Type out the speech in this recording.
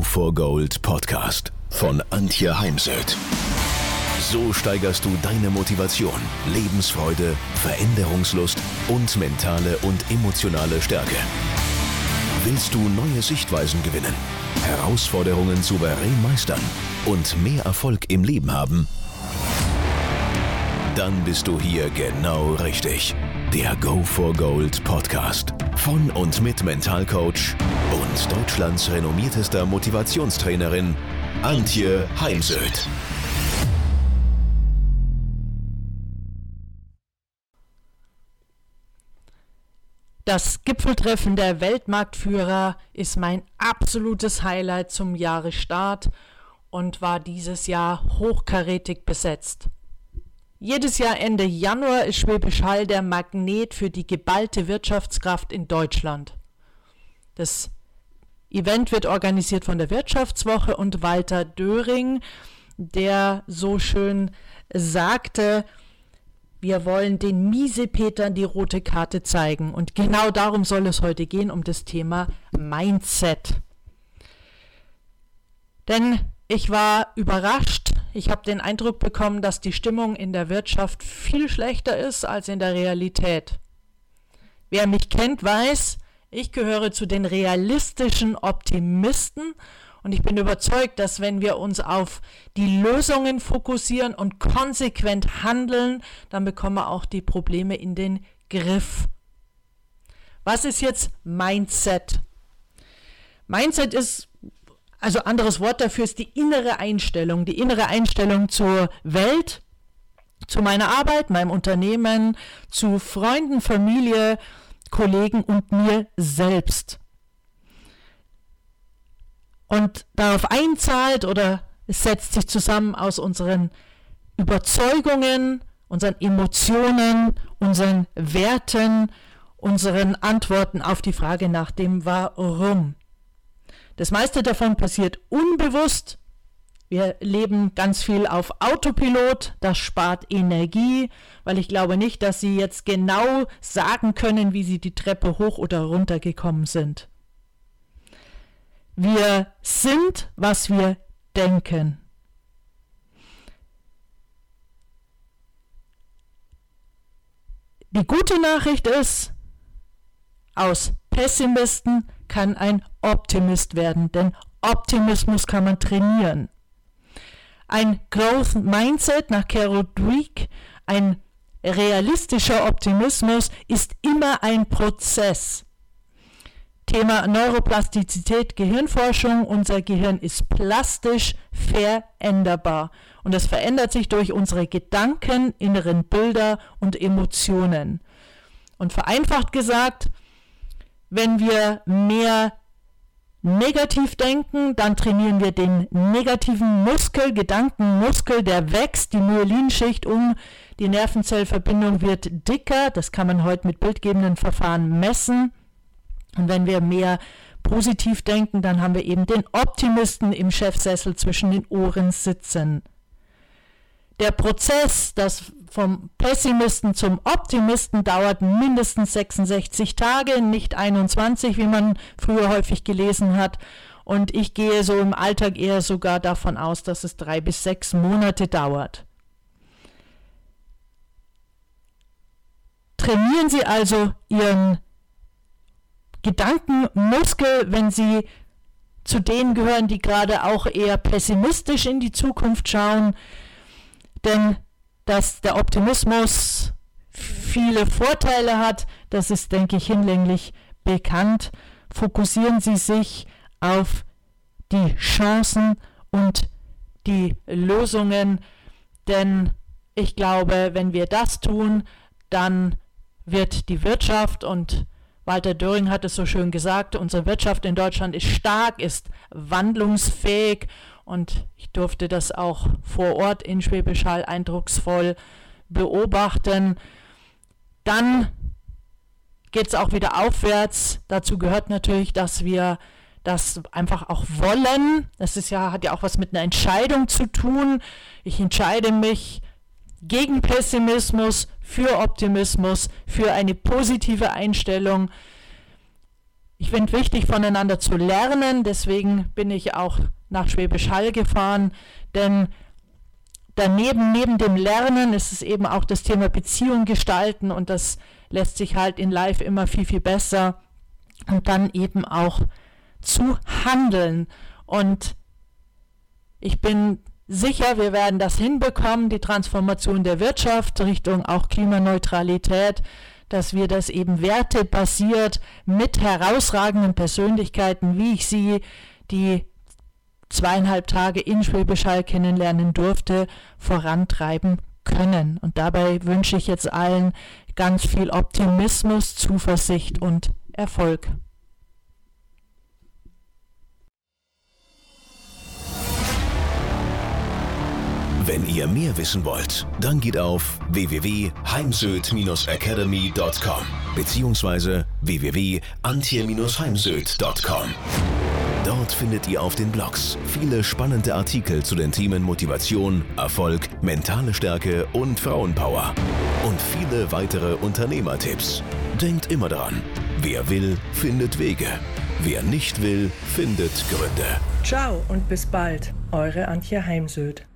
for Gold Podcast von Antje Heimsöth. So steigerst du deine Motivation, Lebensfreude, Veränderungslust und mentale und emotionale Stärke. Willst du neue Sichtweisen gewinnen, Herausforderungen souverän meistern und mehr Erfolg im Leben haben? Dann bist du hier genau richtig. Der Go for Gold Podcast von und mit Mentalcoach und Deutschlands renommiertester Motivationstrainerin Antje Heimsöth. Das Gipfeltreffen der Weltmarktführer ist mein absolutes Highlight zum Jahresstart und war dieses Jahr hochkarätig besetzt. Jedes Jahr Ende Januar ist Schwäbisch Hall der Magnet für die geballte Wirtschaftskraft in Deutschland. Das Event wird organisiert von der Wirtschaftswoche und Walter Döring, der so schön sagte, wir wollen den Miesepetern die rote Karte zeigen. Und genau darum soll es heute gehen, um das Thema Mindset. Denn ich war überrascht. Ich habe den Eindruck bekommen, dass die Stimmung in der Wirtschaft viel schlechter ist als in der Realität. Wer mich kennt, weiß, ich gehöre zu den realistischen Optimisten und ich bin überzeugt, dass wenn wir uns auf die Lösungen fokussieren und konsequent handeln, dann bekommen wir auch die Probleme in den Griff. Was ist jetzt Mindset? Mindset ist, also anderes Wort dafür ist die innere Einstellung zur Welt, zu meiner Arbeit, meinem Unternehmen, zu Freunden, Familie, Kollegen und mir selbst. Und darauf einzahlt oder es setzt sich zusammen aus unseren Überzeugungen, unseren Emotionen, unseren Werten, unseren Antworten auf die Frage nach dem Warum. Das meiste davon passiert unbewusst. Wir leben ganz viel auf Autopilot, das spart Energie, weil ich glaube nicht, dass Sie jetzt genau sagen können, wie Sie die Treppe hoch oder runter gekommen sind. Wir sind, was wir denken. Die gute Nachricht ist, aus Pessimisten kann ein Optimist werden, denn Optimismus kann man trainieren. Ein Growth Mindset nach Carol Dweck, ein realistischer Optimismus ist immer ein Prozess. Thema Neuroplastizität, Gehirnforschung. Unser Gehirn ist plastisch veränderbar und es verändert sich durch unsere Gedanken, inneren Bilder und Emotionen. Und vereinfacht gesagt, wenn wir mehr negativ denken, dann trainieren wir den negativen Muskel, Gedankenmuskel, der wächst, die Myelinschicht um die Nervenzellverbindung wird dicker. Das kann man heute mit bildgebenden Verfahren messen. Und wenn wir mehr positiv denken, dann haben wir eben den Optimisten im Chefsessel zwischen den Ohren sitzen. Der Prozess, das vom Pessimisten zum Optimisten dauert mindestens 66 Tage, nicht 21, wie man früher häufig gelesen hat. Und ich gehe so im Alltag eher sogar davon aus, dass es 3 bis 6 Monate dauert. Trainieren Sie also Ihren Gedankenmuskel, wenn Sie zu denen gehören, die gerade auch eher pessimistisch in die Zukunft schauen. Denn dass der Optimismus viele Vorteile hat, das ist, denke ich, hinlänglich bekannt. Fokussieren Sie sich auf die Chancen und die Lösungen, denn ich glaube, wenn wir das tun, dann wird die Wirtschaft, und Walter Döring hat es so schön gesagt, unsere Wirtschaft in Deutschland ist stark, ist wandlungsfähig. Und ich durfte das auch vor Ort in Schwäbisch Hall eindrucksvoll beobachten. Dann geht es auch wieder aufwärts. Dazu gehört natürlich, dass wir das einfach auch wollen. Das ist ja, hat ja auch was mit einer Entscheidung zu tun. Ich entscheide mich gegen Pessimismus, für Optimismus, für eine positive Einstellung. Ich finde wichtig, voneinander zu lernen, deswegen bin ich auch nach Schwäbisch Hall gefahren, denn neben dem Lernen ist es eben auch das Thema Beziehung gestalten und das lässt sich halt in Live immer viel, viel besser und dann eben auch zu handeln. Und ich bin sicher, wir werden das hinbekommen, die Transformation der Wirtschaft Richtung auch Klimaneutralität, dass wir das eben wertebasiert mit herausragenden Persönlichkeiten, wie ich sie, die 2,5 Tage in Schwäbisch Hall kennenlernen durfte, vorantreiben können. Und dabei wünsche ich jetzt allen ganz viel Optimismus, Zuversicht und Erfolg. Wenn ihr mehr wissen wollt, dann geht auf www.heimsöd-academy.com bzw. www.antje-heimsöd.com. Dort findet ihr auf den Blogs viele spannende Artikel zu den Themen Motivation, Erfolg, mentale Stärke und Frauenpower. Und viele weitere Unternehmertipps. Denkt immer daran, wer will, findet Wege. Wer nicht will, findet Gründe. Ciao und bis bald, eure Antje Heimsöd.